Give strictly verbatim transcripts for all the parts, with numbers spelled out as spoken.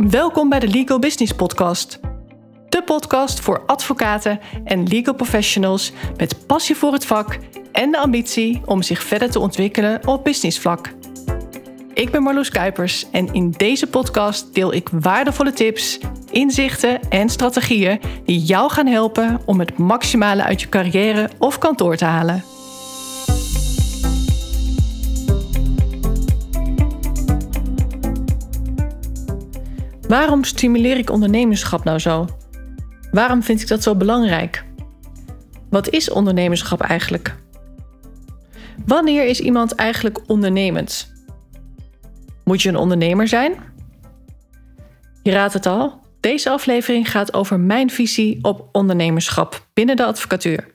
Welkom bij de Legal Business Podcast. De podcast voor advocaten en legal professionals met passie voor het vak en de ambitie om zich verder te ontwikkelen op businessvlak. Ik ben Marloes Kuipers en in deze podcast deel ik waardevolle tips, inzichten en strategieën die jou gaan helpen om het maximale uit je carrière of kantoor te halen. Waarom stimuleer ik ondernemerschap nou zo? Waarom vind ik dat zo belangrijk? Wat is ondernemerschap eigenlijk? Wanneer is iemand eigenlijk ondernemend? Moet je een ondernemer zijn? Je raadt het al, deze aflevering gaat over mijn visie op ondernemerschap binnen de advocatuur.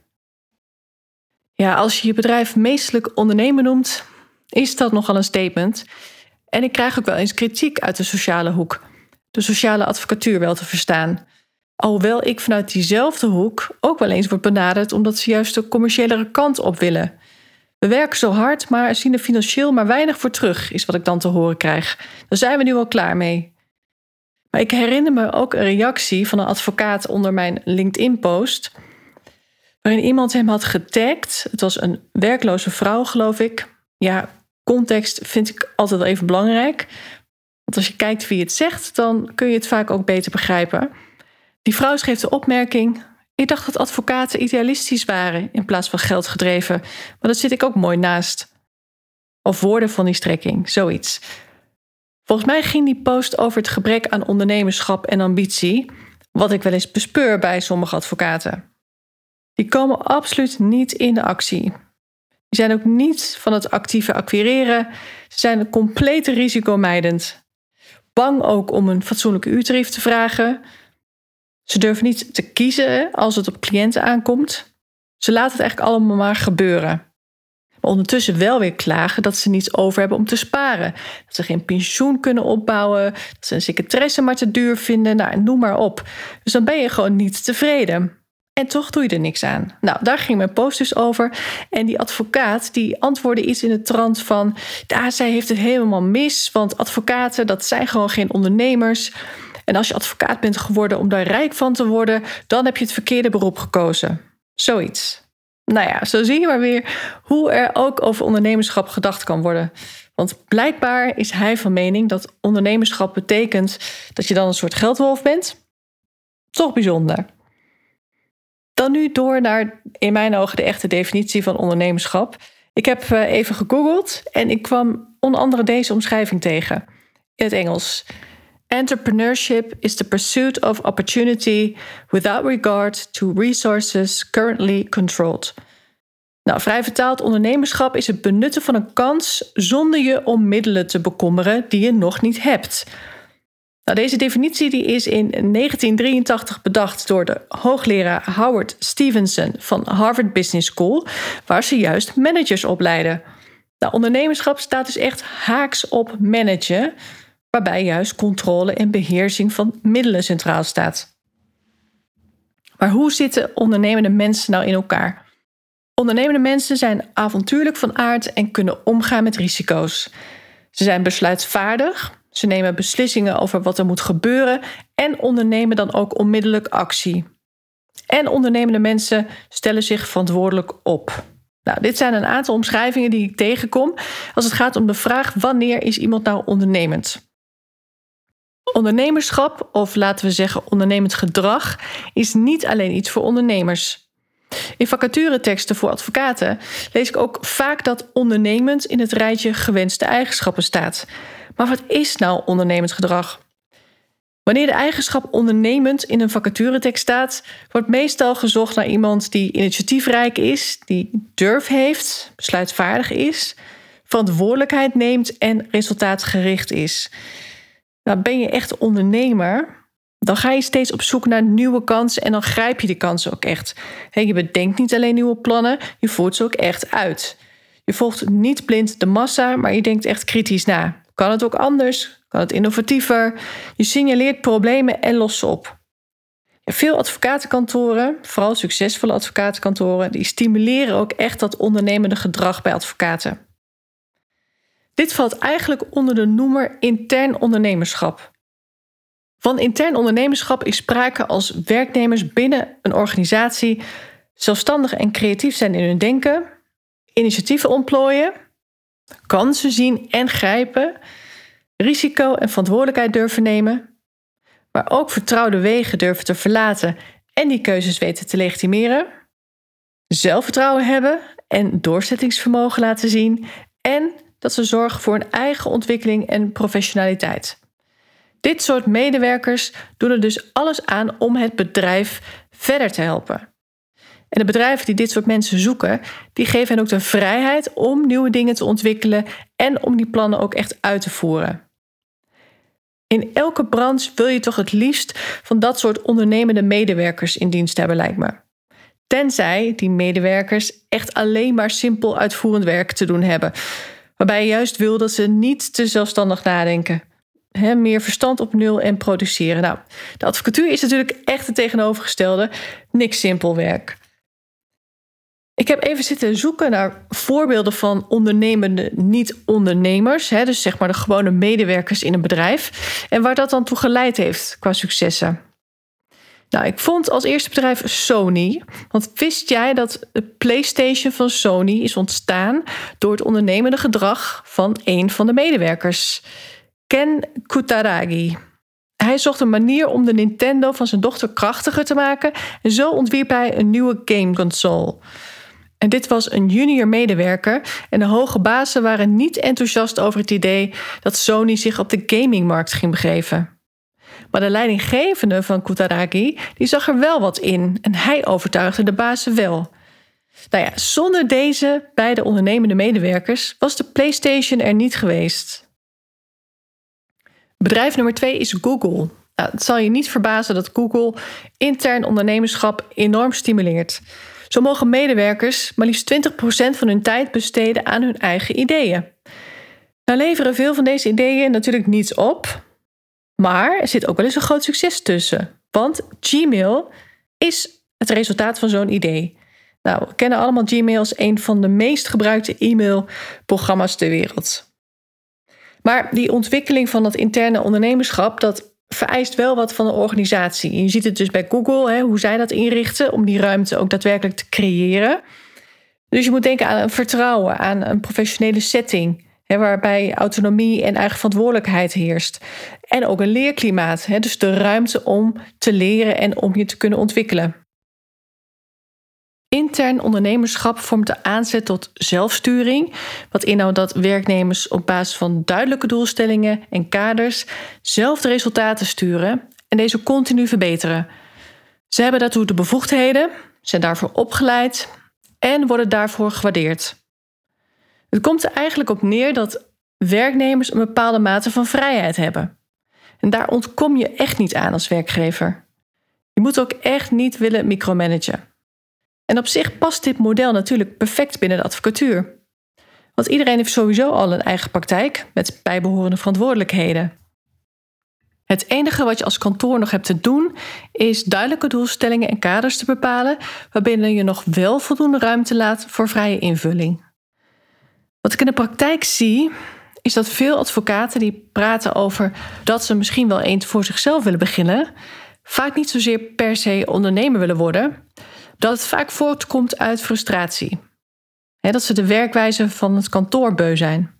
Ja, als je je bedrijf meestelijk ondernemer noemt, is dat nogal een statement. En ik krijg ook wel eens kritiek uit de sociale hoek. De sociale advocatuur wel te verstaan. Alhoewel ik vanuit diezelfde hoek ook wel eens word benaderd omdat ze juist de commerciëlere kant op willen. We werken zo hard, maar zien er financieel maar weinig voor terug, is wat ik dan te horen krijg. Daar zijn we nu al klaar mee. Maar ik herinner me ook een reactie van een advocaat onder mijn LinkedIn-post, waarin iemand hem had getagd. Het was een werkloze vrouw, geloof ik. Ja, context vind ik altijd wel even belangrijk. Want als je kijkt wie het zegt, dan kun je het vaak ook beter begrijpen. Die vrouw schreef de opmerking: ik dacht dat advocaten idealistisch waren in plaats van geldgedreven. Maar dat zit ik ook mooi naast. Of woorden van die strekking, zoiets. Volgens mij ging die post over het gebrek aan ondernemerschap en ambitie, wat ik wel eens bespeur bij sommige advocaten. Die komen absoluut niet in de actie. Die zijn ook niet van het actieve acquireren. Ze zijn compleet risicomijdend. Bang ook om een fatsoenlijke uurtarief te vragen. Ze durven niet te kiezen als het op cliënten aankomt. Ze laten het eigenlijk allemaal maar gebeuren. Maar ondertussen wel weer klagen dat ze niets over hebben om te sparen. Dat ze geen pensioen kunnen opbouwen. Dat ze een secretaresse maar te duur vinden. Nou, noem maar op. Dus dan ben je gewoon niet tevreden. En toch doe je er niks aan. Nou, daar ging mijn post dus over. En die advocaat die antwoordde iets in de trant van: ja, zij heeft het helemaal mis, want advocaten, dat zijn gewoon geen ondernemers. En als je advocaat bent geworden om daar rijk van te worden, dan heb je het verkeerde beroep gekozen. Zoiets. Nou ja, zo zie je maar weer hoe er ook over ondernemerschap gedacht kan worden. Want blijkbaar is hij van mening dat ondernemerschap betekent dat je dan een soort geldwolf bent. Toch bijzonder. Dan nu door naar, in mijn ogen, de echte definitie van ondernemerschap. Ik heb even gegoogeld en ik kwam onder andere deze omschrijving tegen. In het Engels. Entrepreneurship is the pursuit of opportunity without regard to resources currently controlled. Nou, vrij vertaald, ondernemerschap is het benutten van een kans zonder je om middelen te bekommeren die je nog niet hebt. Nou, deze definitie die is in negentien drieëntachtig bedacht door de hoogleraar Howard Stevenson van Harvard Business School, waar ze juist managers opleiden. Nou, ondernemerschap staat dus echt haaks op managen, waarbij juist controle en beheersing van middelen centraal staat. Maar hoe zitten ondernemende mensen nou in elkaar? Ondernemende mensen zijn avontuurlijk van aard en kunnen omgaan met risico's. Ze zijn besluitvaardig. Ze nemen beslissingen over wat er moet gebeuren en ondernemen dan ook onmiddellijk actie. En ondernemende mensen stellen zich verantwoordelijk op. Nou, dit zijn een aantal omschrijvingen die ik tegenkom als het gaat om de vraag: wanneer is iemand nou ondernemend? Ondernemerschap, of laten we zeggen ondernemend gedrag, is niet alleen iets voor ondernemers. In vacatureteksten voor advocaten lees ik ook vaak dat ondernemend in het rijtje gewenste eigenschappen staat. Maar wat is nou ondernemend gedrag? Wanneer de eigenschap ondernemend in een vacaturetekst staat, wordt meestal gezocht naar iemand die initiatiefrijk is, die durf heeft, besluitvaardig is, verantwoordelijkheid neemt en resultaatgericht is. Nou, ben je echt ondernemer, dan ga je steeds op zoek naar nieuwe kansen en dan grijp je die kansen ook echt. Je bedenkt niet alleen nieuwe plannen, je voert ze ook echt uit. Je volgt niet blind de massa, maar je denkt echt kritisch na. Kan het ook anders? Kan het innovatiever? Je signaleert problemen en lost ze op. Veel advocatenkantoren, vooral succesvolle advocatenkantoren, die stimuleren ook echt dat ondernemende gedrag bij advocaten. Dit valt eigenlijk onder de noemer intern ondernemerschap. Van intern ondernemerschap is sprake als werknemers binnen een organisatie zelfstandig en creatief zijn in hun denken, initiatieven ontplooien, kansen zien en grijpen, risico en verantwoordelijkheid durven nemen, maar ook vertrouwde wegen durven te verlaten en die keuzes weten te legitimeren, zelfvertrouwen hebben en doorzettingsvermogen laten zien en dat ze zorgen voor hun eigen ontwikkeling en professionaliteit. Dit soort medewerkers doen er dus alles aan om het bedrijf verder te helpen. En de bedrijven die dit soort mensen zoeken, die geven hen ook de vrijheid om nieuwe dingen te ontwikkelen en om die plannen ook echt uit te voeren. In elke branche wil je toch het liefst van dat soort ondernemende medewerkers in dienst hebben, lijkt me. Tenzij die medewerkers echt alleen maar simpel uitvoerend werk te doen hebben. Waarbij je juist wil dat ze niet te zelfstandig nadenken. He, meer verstand op nul en produceren. Nou, de advocatuur is natuurlijk echt het tegenovergestelde. Niks simpel werk. Ik heb even zitten zoeken naar voorbeelden van ondernemende niet-ondernemers. Hè, dus zeg maar de gewone medewerkers in een bedrijf. En waar dat dan toe geleid heeft qua successen. Nou, ik vond als eerste bedrijf Sony. Want wist jij dat de PlayStation van Sony is ontstaan door het ondernemende gedrag van een van de medewerkers, Ken Kutaragi. Hij zocht een manier om de Nintendo van zijn dochter krachtiger te maken en zo ontwierp hij een nieuwe gameconsole. En dit was een junior medewerker en de hoge bazen waren niet enthousiast over het idee dat Sony zich op de gamingmarkt ging begeven. Maar de leidinggevende van Kutaragi die zag er wel wat in en hij overtuigde de bazen wel. Nou ja, zonder deze beide ondernemende medewerkers was de PlayStation er niet geweest. Bedrijf nummer twee is Google. Nou, het zal je niet verbazen dat Google intern ondernemerschap enorm stimuleert. Zo mogen medewerkers maar liefst twintig procent van hun tijd besteden aan hun eigen ideeën. Nou leveren veel van deze ideeën natuurlijk niets op, maar er zit ook wel eens een groot succes tussen. Want Gmail is het resultaat van zo'n idee. Nou, we kennen allemaal Gmail als een van de meest gebruikte e-mailprogramma's ter wereld. Maar die ontwikkeling van dat interne ondernemerschap, dat vereist wel wat van de organisatie. Je ziet het dus bij Google, hè, hoe zij dat inrichten om die ruimte ook daadwerkelijk te creëren. Dus je moet denken aan een vertrouwen, aan een professionele setting, hè, waarbij autonomie en eigen verantwoordelijkheid heerst. En ook een leerklimaat, hè, dus de ruimte om te leren en om je te kunnen ontwikkelen. Intern ondernemerschap vormt de aanzet tot zelfsturing, wat inhoudt dat werknemers op basis van duidelijke doelstellingen en kaders zelf de resultaten sturen en deze continu verbeteren. Ze hebben daartoe de bevoegdheden, zijn daarvoor opgeleid en worden daarvoor gewaardeerd. Het komt er eigenlijk op neer dat werknemers een bepaalde mate van vrijheid hebben. En daar ontkom je echt niet aan als werkgever. Je moet ook echt niet willen micromanagen. En op zich past dit model natuurlijk perfect binnen de advocatuur. Want iedereen heeft sowieso al een eigen praktijk met bijbehorende verantwoordelijkheden. Het enige wat je als kantoor nog hebt te doen is duidelijke doelstellingen en kaders te bepalen, waarbinnen je nog wel voldoende ruimte laat voor vrije invulling. Wat ik in de praktijk zie, is dat veel advocaten die praten over dat ze misschien wel eens voor zichzelf willen beginnen, vaak niet zozeer per se ondernemer willen worden, dat het vaak voortkomt uit frustratie. He, dat ze de werkwijze van het kantoor beu zijn.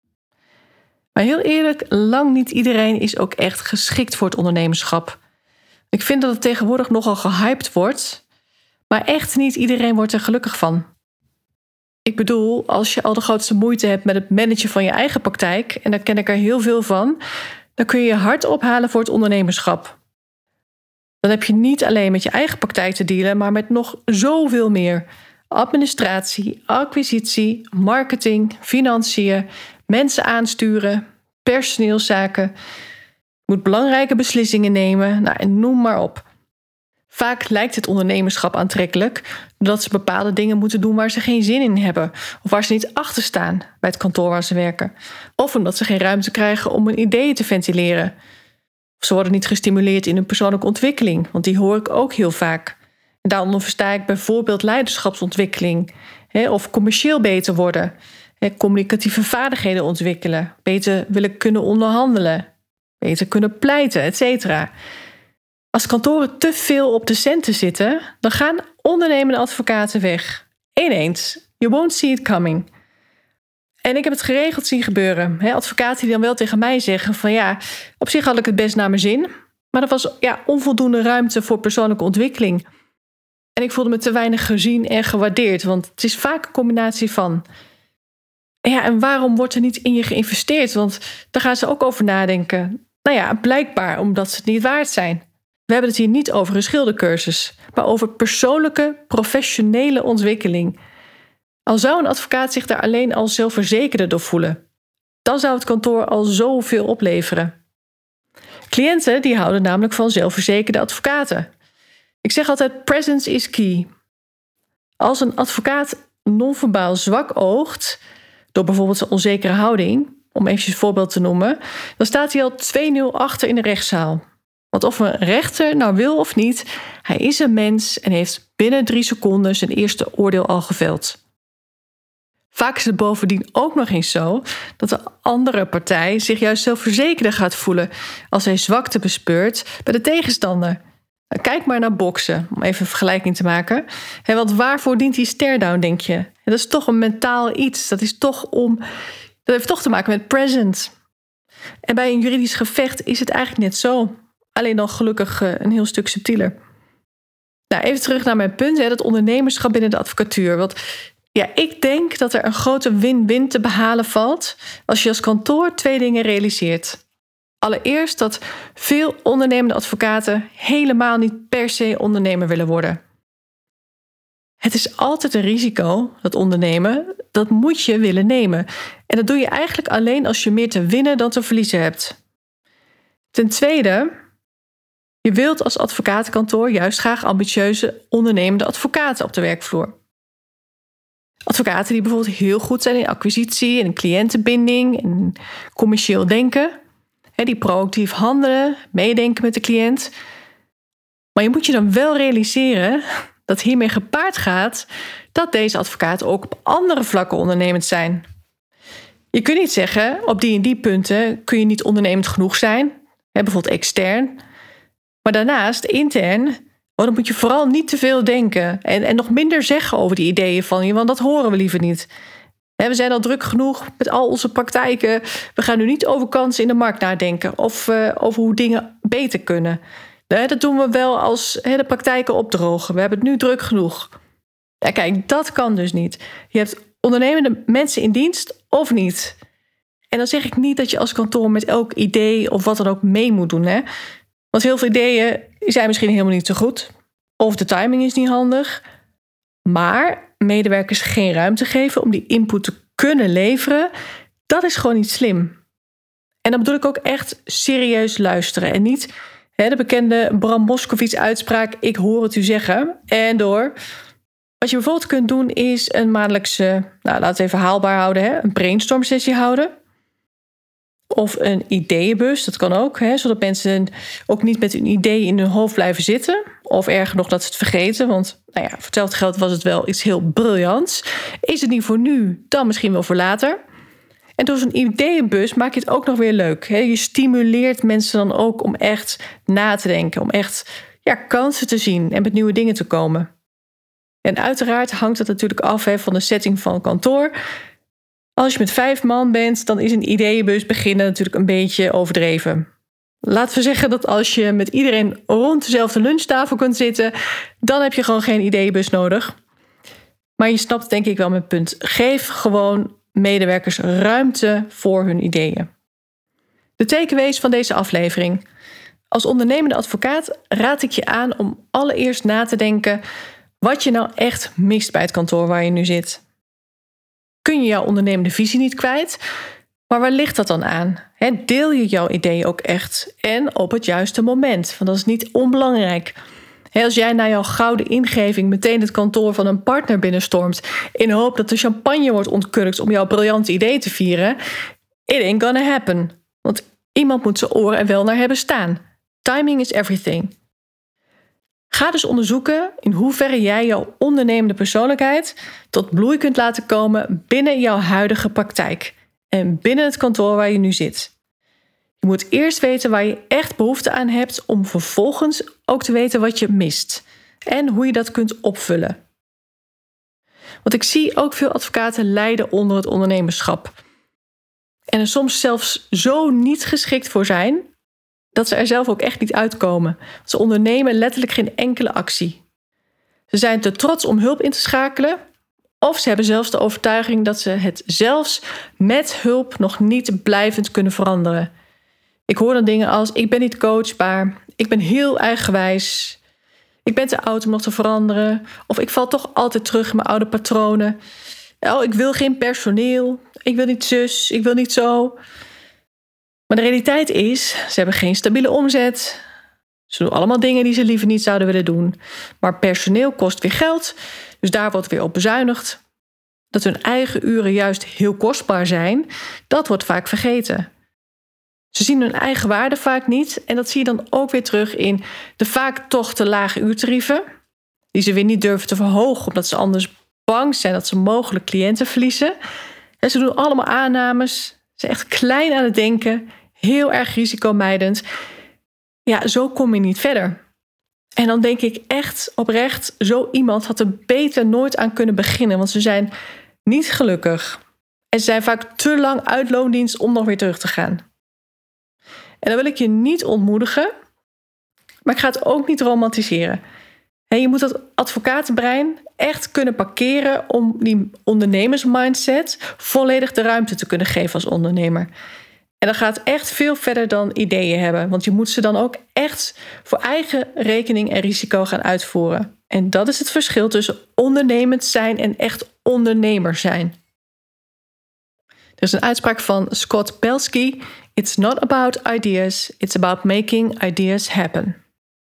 Maar heel eerlijk, lang niet iedereen is ook echt geschikt voor het ondernemerschap. Ik vind dat het tegenwoordig nogal gehyped wordt, maar echt niet iedereen wordt er gelukkig van. Ik bedoel, als je al de grootste moeite hebt met het managen van je eigen praktijk, en daar ken ik er heel veel van, dan kun je je hart ophalen voor het ondernemerschap. Dan heb je niet alleen met je eigen praktijk te dealen, maar met nog zoveel meer. Administratie, acquisitie, marketing, financiën, mensen aansturen, personeelszaken. Je moet belangrijke beslissingen nemen, nou, en noem maar op. Vaak lijkt het ondernemerschap aantrekkelijk doordat ze bepaalde dingen moeten doen waar ze geen zin in hebben, of waar ze niet achter staan bij het kantoor waar ze werken, of omdat ze geen ruimte krijgen om hun ideeën te ventileren. Of ze worden niet gestimuleerd in hun persoonlijke ontwikkeling, want die hoor ik ook heel vaak. En daaronder versta ik bijvoorbeeld leiderschapsontwikkeling, hè, of commercieel beter worden, hè, communicatieve vaardigheden ontwikkelen, beter willen kunnen onderhandelen. beter kunnen pleiten, et cetera. Als kantoren te veel op de centen zitten, dan gaan ondernemende advocaten weg. Ineens. You won't see it coming. En ik heb het geregeld zien gebeuren. He, advocaten die dan wel tegen mij zeggen van ja, op zich had ik het best naar mijn zin, maar er was ja, onvoldoende ruimte voor persoonlijke ontwikkeling. En ik voelde me te weinig gezien en gewaardeerd, want het is vaak een combinatie van. Ja, en waarom wordt er niet in je geïnvesteerd? Want daar gaan ze ook over nadenken. Nou ja, blijkbaar omdat ze het niet waard zijn. We hebben het hier niet over een schildercursus, maar over persoonlijke, professionele ontwikkeling. Al zou een advocaat zich daar alleen al zelfverzekerder door voelen, dan zou het kantoor al zoveel opleveren. Cliënten die houden namelijk van zelfverzekerde advocaten. Ik zeg altijd, presence is key. Als een advocaat non-verbaal zwak oogt, door bijvoorbeeld zijn onzekere houding, om even een voorbeeld te noemen, dan staat hij al twee nul achter in de rechtszaal. Want of een rechter nou wil of niet, hij is een mens en heeft binnen drie seconden zijn eerste oordeel al geveld. Vaak is het bovendien ook nog eens zo dat de andere partij zich juist zelfverzekerder gaat voelen als hij zwakte bespeurt bij de tegenstander. Kijk maar naar boksen, om even een vergelijking te maken. He, want waarvoor dient die stare-down, denk je? En dat is toch een mentaal iets. Dat is toch om. Dat heeft toch te maken met present. En bij een juridisch gevecht is het eigenlijk net zo. Alleen dan gelukkig een heel stuk subtieler. Nou, even terug naar mijn punt, hè, dat ondernemerschap binnen de advocatuur. Want ja, ik denk dat er een grote win-win te behalen valt als je als kantoor twee dingen realiseert. Allereerst dat veel ondernemende advocaten helemaal niet per se ondernemer willen worden. Het is altijd een risico, dat ondernemen, dat moet je willen nemen. En dat doe je eigenlijk alleen als je meer te winnen dan te verliezen hebt. Ten tweede, je wilt als advocatenkantoor juist graag ambitieuze ondernemende advocaten op de werkvloer. Advocaten die bijvoorbeeld heel goed zijn in acquisitie, in cliëntenbinding, in commercieel denken. Die proactief handelen, meedenken met de cliënt. Maar je moet je dan wel realiseren dat hiermee gepaard gaat dat deze advocaten ook op andere vlakken ondernemend zijn. Je kunt niet zeggen, op die en die punten kun je niet ondernemend genoeg zijn. Bijvoorbeeld extern. Maar daarnaast, intern, oh, dan moet je vooral niet te veel denken. En, en nog minder zeggen over die ideeën van je, want dat horen we liever niet. We zijn al druk genoeg met al onze praktijken. We gaan nu niet over kansen in de markt nadenken of uh, over hoe dingen beter kunnen. Dat doen we wel als de praktijken opdrogen. We hebben het nu druk genoeg. Ja, kijk, dat kan dus niet. Je hebt ondernemende mensen in dienst of niet. En dan zeg ik niet dat je als kantoor met elk idee of wat dan ook mee moet doen. Hè? Want heel veel ideeën zijn misschien helemaal niet zo goed. Of de timing is niet handig. Maar medewerkers geen ruimte geven om die input te kunnen leveren, dat is gewoon niet slim. En dan bedoel ik ook echt serieus luisteren. En niet hè, de bekende Bram Moskowitz uitspraak, ik hoor het u zeggen. En door. Wat je bijvoorbeeld kunt doen is een maandelijkse, nou, laten we het even haalbaar houden, hè, een brainstorm sessie houden. Of een ideeënbus, dat kan ook. Hè, zodat mensen ook niet met hun idee in hun hoofd blijven zitten. Of erger nog dat ze het vergeten. Want nou ja, voor hetzelfde geld was het wel iets heel briljants. Is het niet voor nu, dan misschien wel voor later. En door zo'n ideeënbus maak je het ook nog weer leuk. Hè. Je stimuleert mensen dan ook om echt na te denken. Om echt ja, kansen te zien en met nieuwe dingen te komen. En uiteraard hangt dat natuurlijk af hè, van de setting van het kantoor. Als je met vijf man bent, dan is een ideeënbus beginnen natuurlijk een beetje overdreven. Laten we zeggen dat als je met iedereen rond dezelfde lunchtafel kunt zitten, dan heb je gewoon geen ideeënbus nodig. Maar je snapt denk ik wel mijn punt. Geef gewoon medewerkers ruimte voor hun ideeën. De takeaways van deze aflevering. Als ondernemende advocaat raad ik je aan om allereerst na te denken wat je nou echt mist bij het kantoor waar je nu zit. Kun je jouw ondernemende visie niet kwijt? Maar waar ligt dat dan aan? He, deel je jouw ideeën ook echt en op het juiste moment? Want dat is niet onbelangrijk. He, als jij na jouw gouden ingeving meteen het kantoor van een partner binnenstormt in de hoop dat de champagne wordt ontkurkt om jouw briljante idee te vieren, it ain't gonna happen. Want iemand moet zijn oren er wel naar hebben staan. Timing is everything. Ga dus onderzoeken in hoeverre jij jouw ondernemende persoonlijkheid tot bloei kunt laten komen binnen jouw huidige praktijk en binnen het kantoor waar je nu zit. Je moet eerst weten waar je echt behoefte aan hebt om vervolgens ook te weten wat je mist en hoe je dat kunt opvullen. Want ik zie ook veel advocaten lijden onder het ondernemerschap. En er soms zelfs zo niet geschikt voor zijn dat ze er zelf ook echt niet uitkomen. Ze ondernemen letterlijk geen enkele actie. Ze zijn te trots om hulp in te schakelen, of ze hebben zelfs de overtuiging dat ze het zelfs met hulp nog niet blijvend kunnen veranderen. Ik hoor dan dingen als: ik ben niet coachbaar, ik ben heel eigenwijs, ik ben te oud om nog te veranderen, of ik val toch altijd terug in mijn oude patronen. Oh, ik wil geen personeel, ik wil niet zus, ik wil niet zo. Maar de realiteit is, ze hebben geen stabiele omzet. Ze doen allemaal dingen die ze liever niet zouden willen doen. Maar personeel kost weer geld, dus daar wordt weer op bezuinigd. Dat hun eigen uren juist heel kostbaar zijn, dat wordt vaak vergeten. Ze zien hun eigen waarde vaak niet en dat zie je dan ook weer terug in de vaak toch te lage uurtarieven, die ze weer niet durven te verhogen omdat ze anders bang zijn dat ze mogelijk cliënten verliezen. En ze doen allemaal aannames, ze zijn echt klein aan het denken, heel erg risicomijdend. Ja, zo kom je niet verder. En dan denk ik echt oprecht, zo iemand had er beter nooit aan kunnen beginnen, want ze zijn niet gelukkig. En ze zijn vaak te lang uit loondienst om nog weer terug te gaan. En dan wil ik je niet ontmoedigen, maar ik ga het ook niet romantiseren. En je moet dat advocatenbrein echt kunnen parkeren om die ondernemersmindset volledig de ruimte te kunnen geven als ondernemer. En dat gaat echt veel verder dan ideeën hebben, want je moet ze dan ook echt voor eigen rekening en risico gaan uitvoeren. En dat is het verschil tussen ondernemend zijn en echt ondernemer zijn. Er is een uitspraak van Scott Belsky: "It's not about ideas, it's about making ideas happen."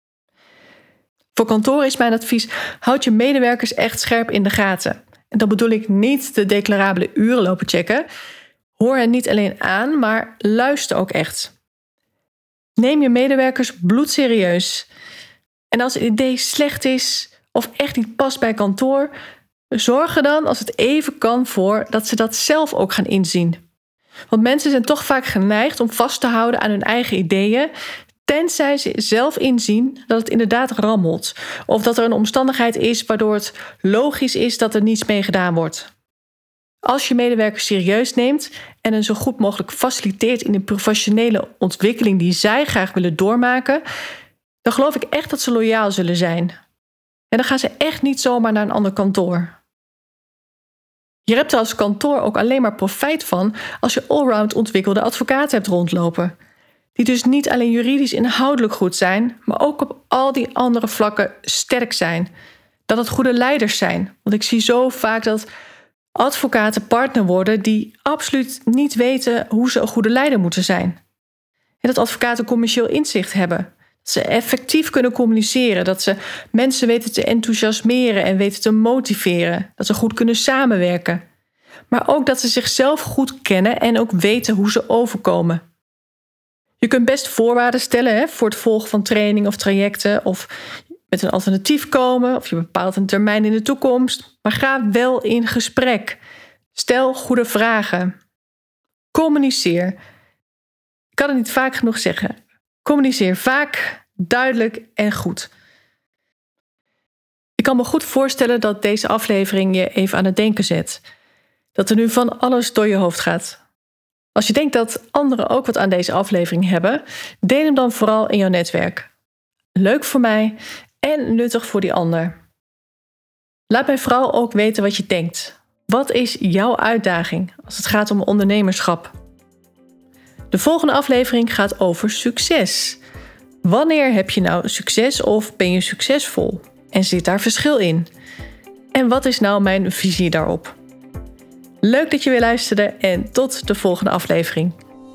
Voor kantoor is mijn advies: houd je medewerkers echt scherp in de gaten. En dan bedoel ik niet de declarabele uren lopen checken. Hoor hen niet alleen aan, maar luister ook echt. Neem je medewerkers bloedserieus. En als het idee slecht is of echt niet past bij kantoor, zorg er dan, als het even kan, voor dat ze dat zelf ook gaan inzien. Want mensen zijn toch vaak geneigd om vast te houden aan hun eigen ideeën, tenzij ze zelf inzien dat het inderdaad rammelt. Of dat er een omstandigheid is waardoor het logisch is dat er niets mee gedaan wordt. Als je medewerkers serieus neemt en hen zo goed mogelijk faciliteert in de professionele ontwikkeling die zij graag willen doormaken, dan geloof ik echt dat ze loyaal zullen zijn. En dan gaan ze echt niet zomaar naar een ander kantoor. Je hebt er als kantoor ook alleen maar profijt van als je allround ontwikkelde advocaten hebt rondlopen. Die dus niet alleen juridisch inhoudelijk goed zijn, maar ook op al die andere vlakken sterk zijn. Dat het goede leiders zijn. Want ik zie zo vaak dat advocaten partner worden die absoluut niet weten hoe ze een goede leider moeten zijn. En dat advocaten commercieel inzicht hebben. Dat ze effectief kunnen communiceren. Dat ze mensen weten te enthousiasmeren en weten te motiveren. Dat ze goed kunnen samenwerken. Maar ook dat ze zichzelf goed kennen en ook weten hoe ze overkomen. Je kunt best voorwaarden stellen hè, voor het volgen van training of trajecten, of met een alternatief komen, of je bepaalt een termijn in de toekomst. Maar ga wel in gesprek. Stel goede vragen. Communiceer. Ik kan het niet vaak genoeg zeggen. Communiceer vaak, duidelijk en goed. Ik kan me goed voorstellen dat deze aflevering je even aan het denken zet. Dat er nu van alles door je hoofd gaat. Als je denkt dat anderen ook wat aan deze aflevering hebben, deel hem dan vooral in jouw netwerk. Leuk voor mij en nuttig voor die ander. Laat mij vooral ook weten wat je denkt. Wat is jouw uitdaging als het gaat om ondernemerschap? De volgende aflevering gaat over succes. Wanneer heb je nou succes of ben je succesvol? En zit daar verschil in? En wat is nou mijn visie daarop? Leuk dat je weer luisterde en tot de volgende aflevering.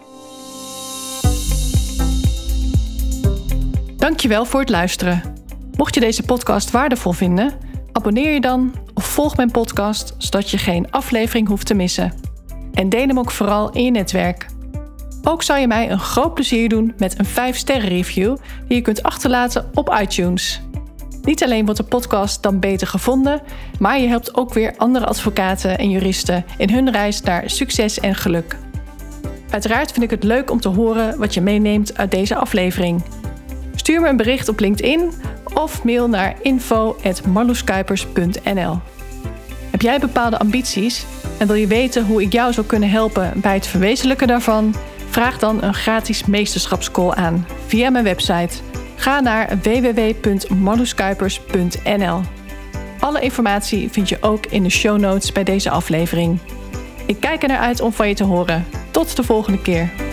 Dankjewel voor het luisteren. Mocht je deze podcast waardevol vinden, abonneer je dan of volg mijn podcast zodat je geen aflevering hoeft te missen. En deel hem ook vooral in je netwerk. Ook zou je mij een groot plezier doen met een vijf sterren review die je kunt achterlaten op iTunes. Niet alleen wordt de podcast dan beter gevonden, maar je helpt ook weer andere advocaten en juristen in hun reis naar succes en geluk. Uiteraard vind ik het leuk om te horen wat je meeneemt uit deze aflevering. Stuur me een bericht op LinkedIn of mail naar info at marloeskuipers punt n l. Heb jij bepaalde ambities en wil je weten hoe ik jou zou kunnen helpen bij het verwezenlijken daarvan? Vraag dan een gratis meesterschapscall aan via mijn website. Ga naar w w w punt marloeskuipers punt n l. Alle informatie vind je ook in de show notes bij deze aflevering. Ik kijk er naar uit om van je te horen. Tot de volgende keer.